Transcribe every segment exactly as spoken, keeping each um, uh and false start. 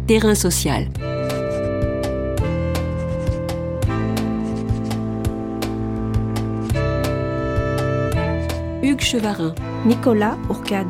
Terrain social. Hugues Chevarin. Nicolas Ourcade.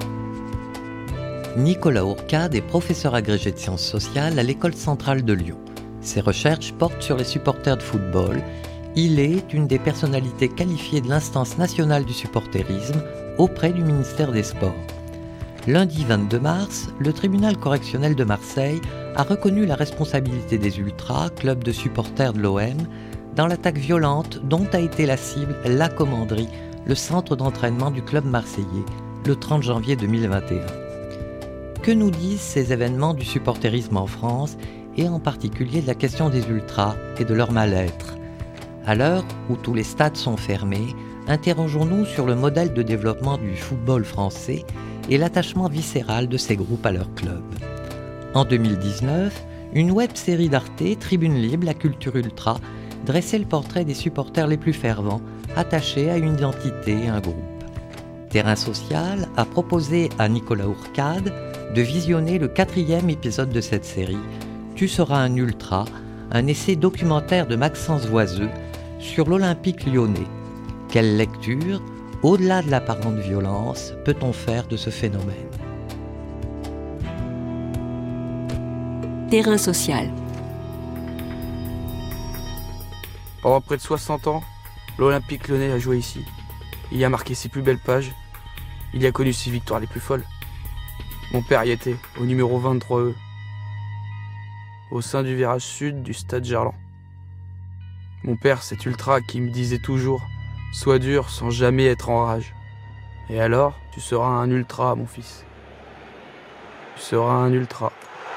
Nicolas Ourcade est professeur agrégé de sciences sociales à l'École centrale de Lyon. Ses recherches portent sur les supporters de football. Il est une des personnalités qualifiées de l'instance nationale du supporterisme auprès du ministère des Sports. Lundi vingt-deux mars, le tribunal correctionnel de Marseille a reconnu la responsabilité des Ultras, club de supporters de l'O M, dans l'attaque violente dont a été la cible la Commanderie, le centre d'entraînement du club marseillais, le trente janvier deux mille vingt et un. Que nous disent ces événements du supporterisme en France et en particulier de la question des Ultras et de leur mal-être? À l'heure où tous les stades sont fermés, interrogeons-nous sur le modèle de développement du football français et l'attachement viscéral de ces groupes à leur club. En deux mille dix-neuf, une web-série d'Arte, Tribune Libre, la culture ultra, dressait le portrait des supporters les plus fervents, attachés à une identité, un groupe. Terrain social a proposé à Nicolas Ourcade de visionner le quatrième épisode de cette série, Tu seras un ultra, un essai documentaire de Maxence Voiseux sur l'Olympique lyonnais. Quelle lecture, au-delà de l'apparente violence, peut-on faire de ce phénomène? Terrain social. Pendant près de soixante ans, l'Olympique lyonnais a joué ici. Il y a marqué ses plus belles pages. Il y a connu ses victoires les plus folles. Mon père y était, au numéro vingt-trois E, au sein du virage sud du stade Gerland. Mon père, cet ultra qui me disait toujours « Sois dur sans jamais être en rage. Et alors, tu seras un ultra, mon fils. Tu seras un ultra. »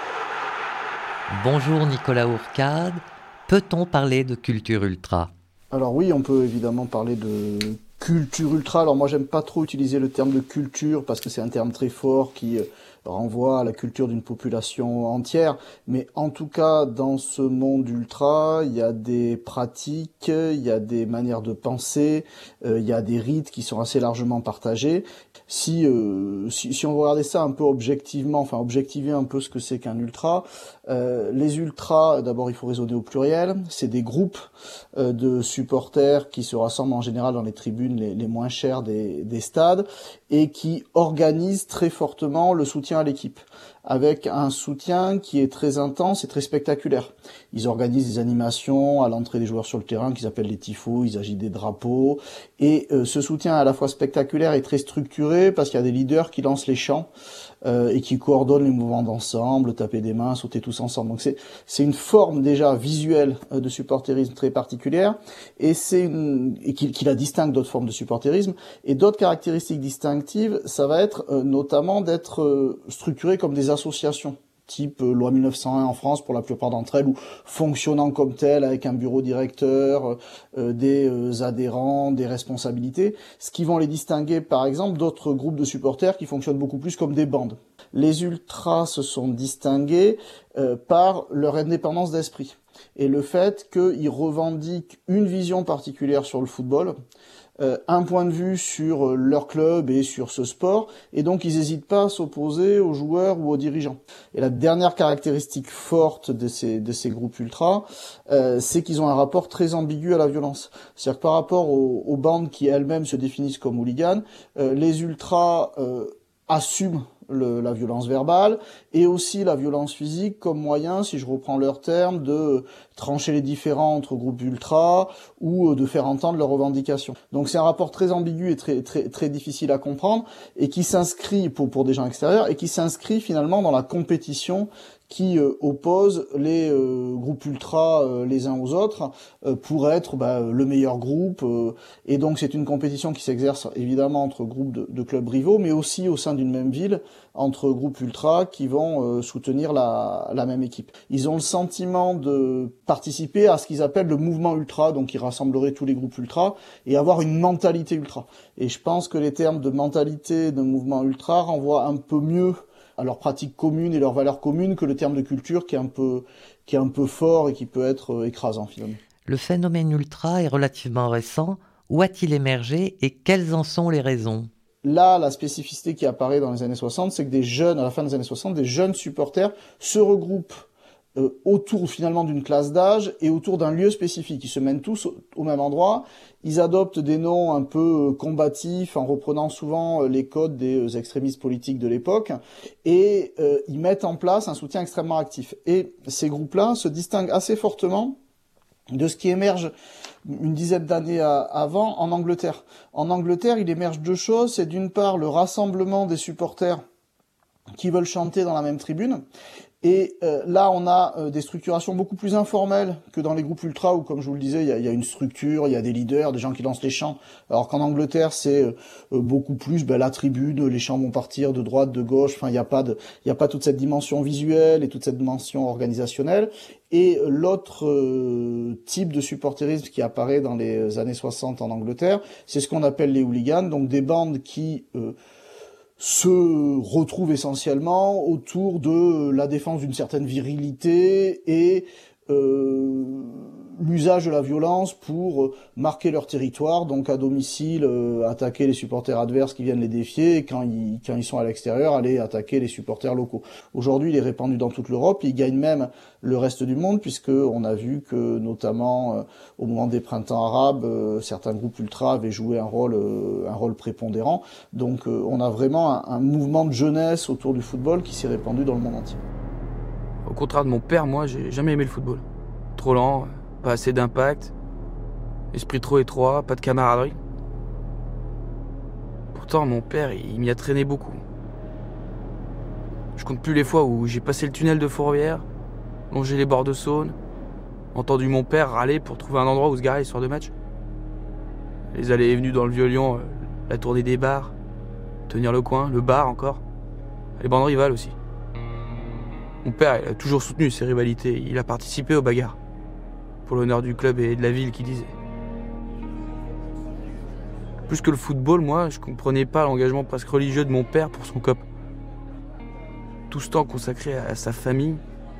Bonjour Nicolas Ourcade. Peut-on parler de culture ultra? Alors oui, on peut évidemment parler de culture ultra. Alors moi, j'aime pas trop utiliser le terme de culture parce que c'est un terme très fort qui renvoie à la culture d'une population entière. Mais en tout cas, dans ce monde ultra, il y a des pratiques, il y a des manières de penser, euh, il y a des rites qui sont assez largement partagés. Si, euh, si, si on regardait ça un peu objectivement, enfin objectiver un peu ce que c'est qu'un ultra, euh, les ultras, d'abord il faut raisonner au pluriel, c'est des groupes euh, de supporters qui se rassemblent en général dans les tribunes les, les moins chères des, des stades et qui organisent très fortement le soutien à l'équipe, avec un soutien qui est très intense et très spectaculaire. Ils organisent des animations à l'entrée des joueurs sur le terrain qu'ils appellent les tifos, ils agitent des drapeaux, et euh, ce soutien à la fois spectaculaire et très structuré parce qu'il y a des leaders qui lancent les chants euh, et qui coordonnent les mouvements d'ensemble, taper des mains, sauter tous ensemble. Donc c'est c'est une forme déjà visuelle euh, de supporterisme très particulière et c'est une et qui, qui la distingue d'autres formes de supporterisme. Et d'autres caractéristiques distinctives, ça va être euh, notamment d'être euh, structuré comme des associations, type euh, loi mille neuf cent un en France pour la plupart d'entre elles, ou fonctionnant comme telles avec un bureau directeur, euh, des euh, adhérents, des responsabilités, ce qui vont les distinguer par exemple d'autres groupes de supporters qui fonctionnent beaucoup plus comme des bandes. Les ultras se sont distingués euh, par leur indépendance d'esprit et le fait qu'ils revendiquent une vision particulière sur le football, Euh, un point de vue sur euh, leur club et sur ce sport, et donc ils n'hésitent pas à s'opposer aux joueurs ou aux dirigeants. Et la dernière caractéristique forte de ces, de ces groupes ultras, euh, c'est qu'ils ont un rapport très ambigu à la violence. C'est-à-dire que par rapport aux, aux bandes qui elles-mêmes se définissent comme hooligans, euh, les ultras euh, assument Le, la violence verbale et aussi la violence physique comme moyen, si je reprends leurs termes, de trancher les différends entre groupes ultras ou de faire entendre leurs revendications. Donc c'est un rapport très ambigu et très très très difficile à comprendre et qui s'inscrit pour pour des gens extérieurs et qui s'inscrit finalement dans la compétition qui euh, oppose les euh, groupes ultras euh, les uns aux autres euh, pour être bah, le meilleur groupe. Euh, et donc c'est une compétition qui s'exerce évidemment entre groupes de, de clubs rivaux, mais aussi au sein d'une même ville, entre groupes ultras qui vont euh, soutenir la, la même équipe. Ils ont le sentiment de participer à ce qu'ils appellent le mouvement ultra, donc qui rassemblerait tous les groupes ultras, et avoir une mentalité ultra. Et je pense que les termes de mentalité, de mouvement ultra renvoient un peu mieux à leurs pratiques communes et leurs valeurs communes que le terme de culture qui est un peu, qui est un peu fort et qui peut être écrasant finalement. Le phénomène ultra est relativement récent. Où a-t-il émergé et quelles en sont les raisons ? là, la spécificité qui apparaît dans les années soixante, c'est que des jeunes, à la fin des années soixante, des jeunes supporters se regroupent euh, autour finalement d'une classe d'âge et autour d'un lieu spécifique. Ils se mènent tous au, au même endroit. Ils adoptent des noms un peu combatifs en reprenant souvent les codes des extrémistes politiques de l'époque et euh, ils mettent en place un soutien extrêmement actif. Et ces groupes-là se distinguent assez fortement de ce qui émerge une dizaine d'années avant en Angleterre. En Angleterre, il émerge deux choses. C'est d'une part le rassemblement des supporters qui veulent chanter dans la même tribune. Et euh, là, on a euh, des structurations beaucoup plus informelles que dans les groupes ultra où, comme je vous le disais, il y a, y a une structure, il y a des leaders, des gens qui lancent les chants. Alors qu'en Angleterre, c'est euh, beaucoup plus ben, la tribune, les chants vont partir de droite, de gauche. Enfin, il n'y a pas de, il y a pas toute cette dimension visuelle et toute cette dimension organisationnelle. Et l'autre euh, type de supporterisme qui apparaît dans les années soixante en Angleterre, c'est ce qu'on appelle les hooligans, donc des bandes qui euh, se retrouvent essentiellement autour de la défense d'une certaine virilité et euh, l'usage de la violence pour marquer leur territoire, donc à domicile, euh, attaquer les supporters adverses qui viennent les défier, et quand ils, quand ils sont à l'extérieur, aller attaquer les supporters locaux. Aujourd'hui, il est répandu dans toute l'Europe, il gagne même le reste du monde, puisque on a vu que, notamment euh, au moment des printemps arabes, euh, certains groupes ultra avaient joué un rôle, euh, un rôle prépondérant. Donc euh, on a vraiment un, un mouvement de jeunesse autour du football qui s'est répandu dans le monde entier. Au contraire de mon père, moi, j'ai jamais aimé le football. Trop lent, pas assez d'impact, esprit trop étroit, pas de camaraderie. Pourtant, mon père, il m'y a traîné beaucoup. Je compte plus les fois où j'ai passé le tunnel de Fourvière, longé les bords de Saône, entendu mon père râler pour trouver un endroit où se garer les soirs de match. Les allées et venues dans le Vieux-Lyon, la tournée des bars, tenir le coin, le bar encore, les bandes rivales aussi. Mon père, il a toujours soutenu ces rivalités, il a participé aux bagarres. Pour l'honneur du club et de la ville, qui disait. Plus que le football, moi, je comprenais pas l'engagement presque religieux de mon père pour son cop. Tout ce temps consacré à sa famille,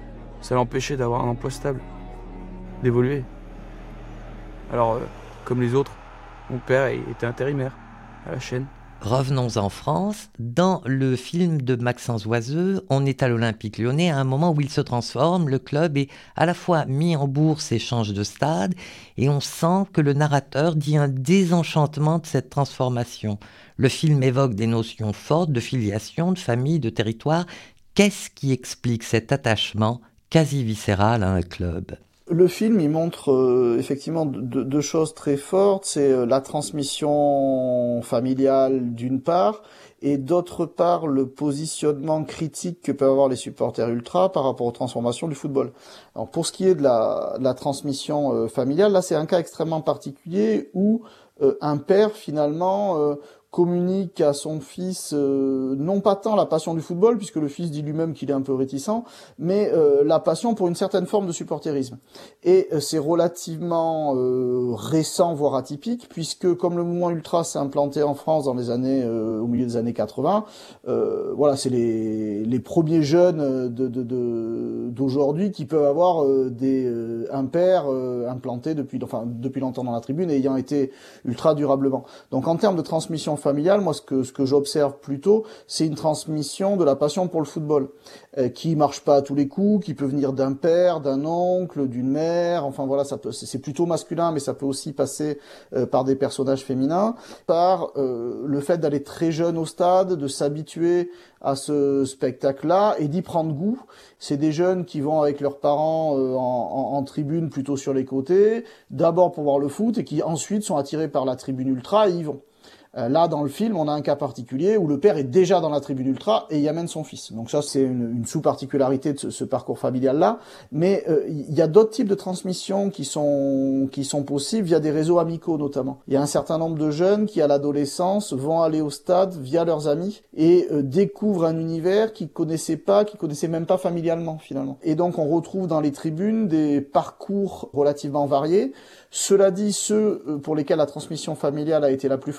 ça l'empêchait d'avoir un emploi stable, d'évoluer. Alors, euh, comme les autres, mon père était intérimaire à la chaîne. Revenons en France. Dans le film de Maxence Oiseux, on est à l'Olympique Lyonnais à un moment où il se transforme, le club est à la fois mis en bourse et change de stade, et on sent que le narrateur dit un désenchantement de cette transformation. Le film évoque des notions fortes de filiation, de famille, de territoire. Qu'est-ce qui explique cet attachement quasi viscéral à un club ? Le film, il montre euh, effectivement deux, deux choses très fortes. C'est euh, la transmission familiale d'une part, et d'autre part le positionnement critique que peuvent avoir les supporters ultras par rapport aux transformations du football. Alors pour ce qui est de la, de la transmission euh, familiale, là c'est un cas extrêmement particulier où euh, un père finalement euh, communique à son fils euh, non pas tant la passion du football, puisque le fils dit lui-même qu'il est un peu réticent, mais euh, la passion pour une certaine forme de supporterisme. Et euh, c'est relativement euh, récent, voire atypique, puisque comme le mouvement ultra s'est implanté en France dans les années, euh, au milieu des années quatre-vingts, euh, voilà, c'est les, les premiers jeunes de, de, de, d'aujourd'hui qui peuvent avoir euh, des, euh, un père euh, implanté depuis, enfin, depuis longtemps dans la tribune et ayant été ultra durablement. Donc en termes de transmission familiale, moi ce que ce que j'observe plutôt, c'est une transmission de la passion pour le football, euh, qui marche pas à tous les coups, qui peut venir d'un père, d'un oncle, d'une mère, enfin voilà, ça peut, c'est plutôt masculin, mais ça peut aussi passer euh, par des personnages féminins, par euh, le fait d'aller très jeune au stade, de s'habituer à ce spectacle-là et d'y prendre goût. C'est des jeunes qui vont avec leurs parents euh, en, en, en tribune plutôt sur les côtés, d'abord pour voir le foot et qui ensuite sont attirés par la tribune ultra et y vont. Là, dans le film, on a un cas particulier où le père est déjà dans la tribune ultra et y amène son fils. Donc ça, c'est une, une sous-particularité de ce, ce parcours familial-là. Mais il euh, y a d'autres types de transmissions qui sont qui sont possibles via des réseaux amicaux notamment. Il y a un certain nombre de jeunes qui, à l'adolescence, vont aller au stade via leurs amis et euh, découvrent un univers qu'ils connaissaient pas, qu'ils connaissaient même pas familialement finalement. Et donc, on retrouve dans les tribunes des parcours relativement variés. Cela dit, ceux pour lesquels la transmission familiale a été la plus forte, en général,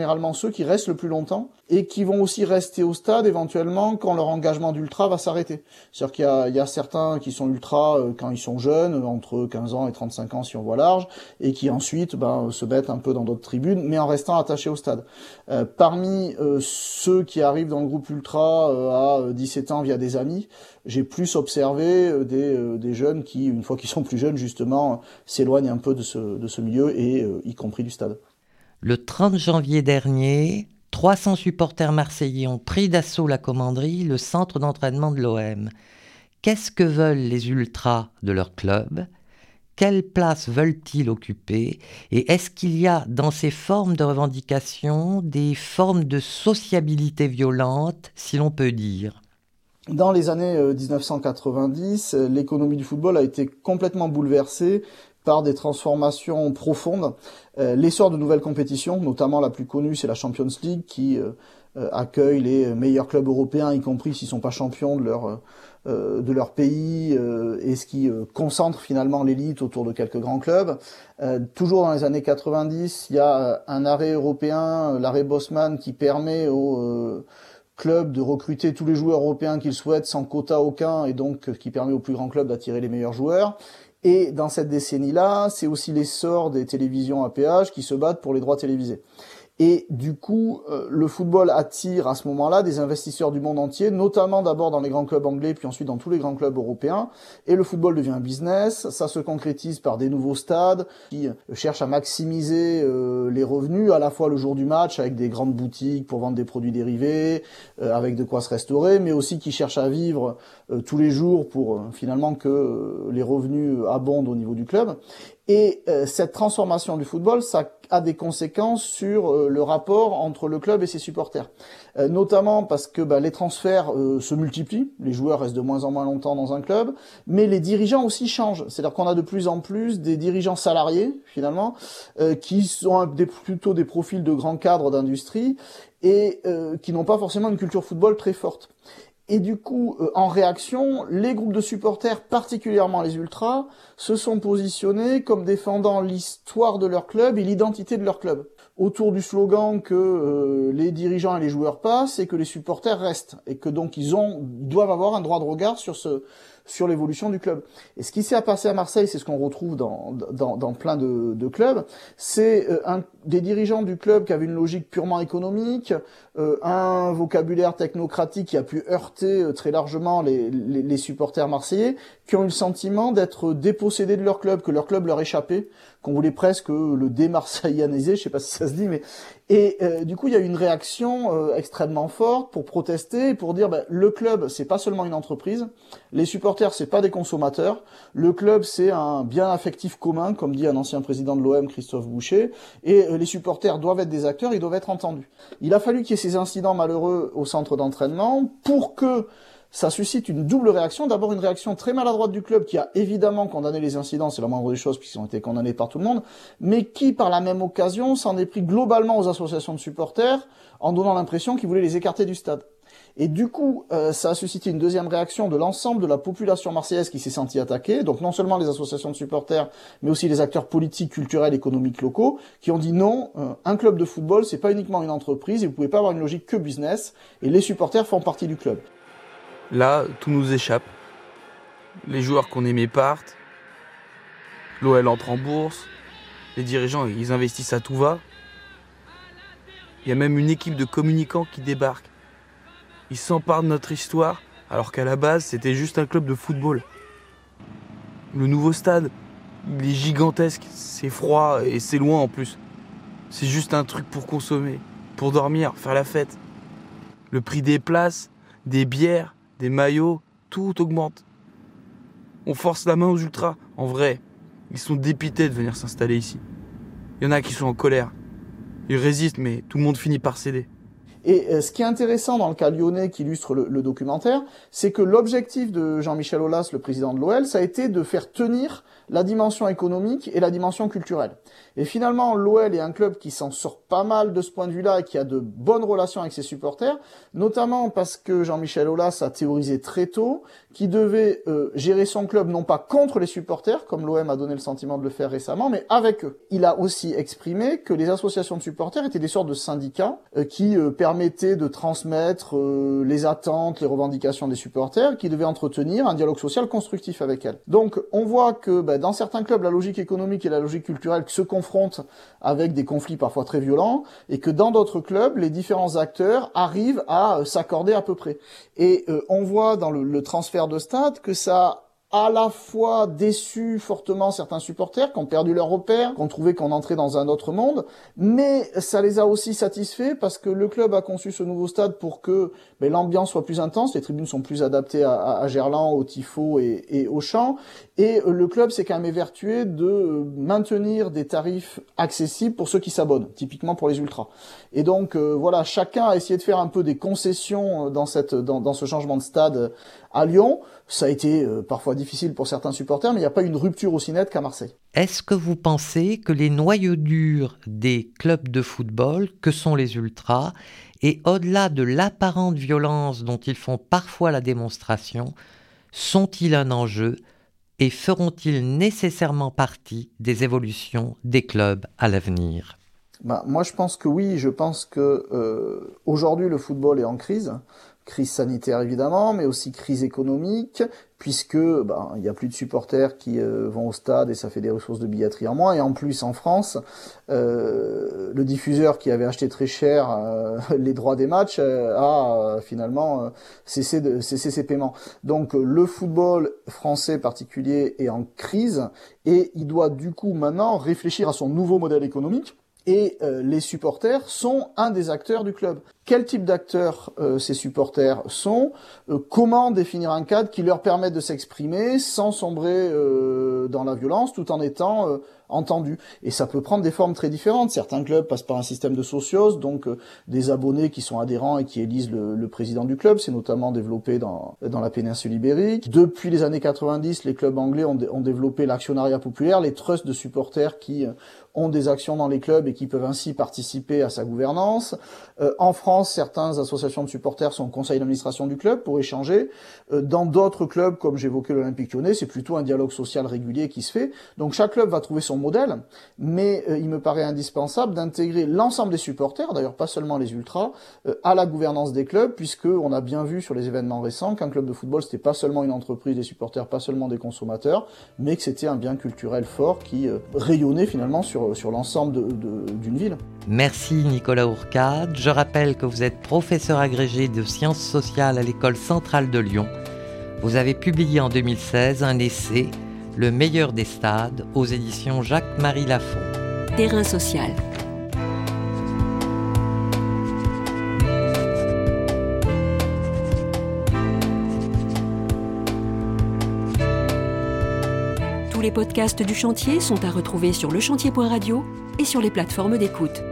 généralement ceux qui restent le plus longtemps et qui vont aussi rester au stade éventuellement quand leur engagement d'ultra va s'arrêter. C'est-à-dire qu'il y a, il y a certains qui sont ultra euh, quand ils sont jeunes, entre quinze ans et trente-cinq ans si on voit large, et qui ensuite ben, se mettent un peu dans d'autres tribunes, mais en restant attachés au stade. Euh, parmi euh, ceux qui arrivent dans le groupe ultra euh, à dix-sept ans via des amis, j'ai plus observé euh, des, euh, des jeunes qui, une fois qu'ils sont plus jeunes, justement, euh, s'éloignent un peu de ce, de ce milieu, et euh, y compris du stade. Le trente janvier dernier, trois cents supporters marseillais ont pris d'assaut la commanderie, le centre d'entraînement de l'O M. Qu'est-ce que veulent les ultras de leur club ? Quelle place veulent-ils occuper ? Et est-ce qu'il y a dans ces formes de revendication des formes de sociabilité violente, si l'on peut dire ? Dans les années dix-neuf cent quatre-vingt-dix, l'économie du football a été complètement bouleversée par des transformations profondes. Euh, l'essor de nouvelles compétitions, notamment la plus connue, c'est la Champions League, qui euh, euh, accueille les meilleurs clubs européens, y compris s'ils sont pas champions de leur euh, de leur pays, euh, et ce qui euh, concentre finalement l'élite autour de quelques grands clubs. Euh, toujours dans les années quatre-vingt-dix, il y a un arrêt européen, l'arrêt Bosman, qui permet aux euh, clubs de recruter tous les joueurs européens qu'ils souhaitent sans quota aucun, et donc qui permet aux plus grands clubs d'attirer les meilleurs joueurs. Et dans cette décennie-là, c'est aussi l'essor des télévisions à péage qui se battent pour les droits télévisés. Et du coup, euh, le football attire à ce moment-là des investisseurs du monde entier, notamment d'abord dans les grands clubs anglais, puis ensuite dans tous les grands clubs européens. Et le football devient un business, ça se concrétise par des nouveaux stades qui cherchent à maximiser euh, les revenus, à la fois le jour du match, avec des grandes boutiques pour vendre des produits dérivés, euh, avec de quoi se restaurer, mais aussi qui cherchent à vivre euh, tous les jours pour euh, finalement que euh, les revenus abondent au niveau du club. Et euh, cette transformation du football, ça a des conséquences sur euh, le rapport entre le club et ses supporters. Euh, notamment parce que bah, les transferts euh, se multiplient, les joueurs restent de moins en moins longtemps dans un club, mais les dirigeants aussi changent. C'est-à-dire qu'on a de plus en plus des dirigeants salariés, finalement, euh, qui sont des, plutôt des profils de grands cadres d'industrie et euh, qui n'ont pas forcément une culture football très forte. Et du coup, euh, en réaction, les groupes de supporters, particulièrement les ultras, se sont positionnés comme défendant l'histoire de leur club et l'identité de leur club, autour du slogan que euh, les dirigeants et les joueurs passent et que les supporters restent, et que donc ils ont doivent avoir un droit de regard sur ce sur l'évolution du club. Et ce qui s'est passé à Marseille, c'est ce qu'on retrouve dans dans, dans plein de, de clubs, c'est euh, un, des dirigeants du club qui avaient une logique purement économique, euh, un vocabulaire technocratique qui a pu heurter euh, très largement les, les, les supporters marseillais, qui ont eu le sentiment d'être dépossédés de leur club, que leur club leur échappait, qu'on voulait presque le démarseillaniser, je sais pas si ça se dit, mais et euh, du coup il y a eu une réaction euh, extrêmement forte pour protester et pour dire ben, le club c'est pas seulement une entreprise, les supporters c'est pas des consommateurs, le club c'est un bien affectif commun, comme dit un ancien président de l'O M, Christophe Boucher, et euh, les supporters doivent être des acteurs, ils doivent être entendus. Il a fallu qu'il y ait ces incidents malheureux au centre d'entraînement pour que ça suscite une double réaction. D'abord, une réaction très maladroite du club qui a évidemment condamné les incidents, c'est la moindre des choses puisqu'ils ont été condamnés par tout le monde, mais qui, par la même occasion, s'en est pris globalement aux associations de supporters en donnant l'impression qu'ils voulaient les écarter du stade. Et du coup, euh, ça a suscité une deuxième réaction de l'ensemble de la population marseillaise qui s'est sentie attaquée, donc non seulement les associations de supporters, mais aussi les acteurs politiques, culturels, économiques locaux, qui ont dit non, euh, un club de football, c'est pas uniquement une entreprise, et vous pouvez pas avoir une logique que business, et les supporters font partie du club. Là, tout nous échappe. Les joueurs qu'on aimait partent. L'O L entre en bourse. Les dirigeants, ils investissent à tout va. Il y a même une équipe de communicants qui débarque. Ils s'emparent de notre histoire, alors qu'à la base, c'était juste un club de football. Le nouveau stade, il est gigantesque, c'est froid et c'est loin en plus. C'est juste un truc pour consommer, pour dormir, faire la fête. Le prix des places, des bières, des maillots, tout augmente. On force la main aux ultras. En vrai, ils sont dépités de venir s'installer ici. Il y en a qui sont en colère. Ils résistent, mais tout le monde finit par céder. Et euh, ce qui est intéressant dans le cas lyonnais qui illustre le, le documentaire, c'est que l'objectif de Jean-Michel Aulas, le président de l'O L, ça a été de faire tenir la dimension économique et la dimension culturelle. Et finalement, l'O L est un club qui s'en sort pas mal de ce point de vue-là et qui a de bonnes relations avec ses supporters, notamment parce que Jean-Michel Aulas a théorisé très tôt qu'il devait euh, gérer son club non pas contre les supporters, comme l'O M a donné le sentiment de le faire récemment, mais avec eux. Il a aussi exprimé que les associations de supporters étaient des sortes de syndicats euh, qui euh, permettaient de transmettre euh, les attentes, les revendications des supporters, qui devaient entretenir un dialogue social constructif avec elles. Donc on voit que bah, dans certains clubs, la logique économique et la logique culturelle se confrontent avec des conflits parfois très violents, et que dans d'autres clubs, les différents acteurs arrivent à euh, s'accorder à peu près. Et euh, on voit dans le, le transfert de stade que ça a à la fois déçu fortement certains supporters qui ont perdu leur repère, qui ont trouvé qu'on entrait dans un autre monde, mais ça les a aussi satisfaits parce que le club a conçu ce nouveau stade pour que ben, l'ambiance soit plus intense, les tribunes sont plus adaptées à, à, à Gerland, au tifo et, et au chant, et euh, le club s'est quand même évertué de euh, maintenir des tarifs accessibles pour ceux qui s'abonnent, typiquement pour les ultras. Et donc euh, voilà, chacun a essayé de faire un peu des concessions dans, cette, dans, dans ce changement de stade à Lyon. Ça a été euh, parfois difficile pour certains supporters, mais il n'y a pas eu une rupture aussi nette qu'à Marseille. Est-ce que vous pensez que les noyaux durs des clubs de football, que sont les ultras, et au-delà de l'apparente violence dont ils font parfois la démonstration, sont-ils un enjeu et feront-ils nécessairement partie des évolutions des clubs à l'avenir ? Bah, moi, je pense que oui. Je pense que euh, aujourd'hui, le football est en crise. Crise sanitaire évidemment, mais aussi crise économique, puisque ben, il y a plus de supporters qui euh, vont au stade et ça fait des ressources de billetterie en moins. Et en plus, en France, euh, le diffuseur qui avait acheté très cher euh, les droits des matchs euh, a euh, finalement euh, cessé, de, cessé ses paiements. Donc euh, le football français particulier est en crise et il doit du coup maintenant réfléchir à son nouveau modèle économique. Et euh, les supporters sont un des acteurs du club. Quel type d'acteurs euh, ces supporters sont ? euh, Comment définir un cadre qui leur permette de s'exprimer sans sombrer euh, dans la violence, tout en étant euh, entendus ? Et ça peut prendre des formes très différentes. Certains clubs passent par un système de socios, donc euh, des abonnés qui sont adhérents et qui élisent le, le président du club. C'est notamment développé dans, dans la péninsule ibérique. Depuis les années quatre-vingt-dix, les clubs anglais ont, ont développé l'actionnariat populaire, les trusts de supporters qui euh, ont des actions dans les clubs et qui peuvent ainsi participer à sa gouvernance. Euh, en France, certaines associations de supporters sont au conseil d'administration du club pour échanger. Euh, dans d'autres clubs, comme j'évoquais l'Olympique Lyonnais, c'est plutôt un dialogue social régulier qui se fait. Donc chaque club va trouver son modèle, mais euh, il me paraît indispensable d'intégrer l'ensemble des supporters, d'ailleurs pas seulement les ultras, euh, à la gouvernance des clubs, puisque on a bien vu sur les événements récents qu'un club de football, c'était pas seulement une entreprise des supporters, pas seulement des consommateurs, mais que c'était un bien culturel fort qui euh, rayonnait finalement sur sur l'ensemble de, de, d'une ville. Merci Nicolas Hourcade. Je rappelle que vous êtes professeur agrégé de sciences sociales à l'École centrale de Lyon. Vous avez publié en deux mille seize un essai, Le meilleur des stades, aux éditions Jacques-Marie Lafont. Terrain social. Les podcasts du chantier sont à retrouver sur le chantier point radio et sur les plateformes d'écoute.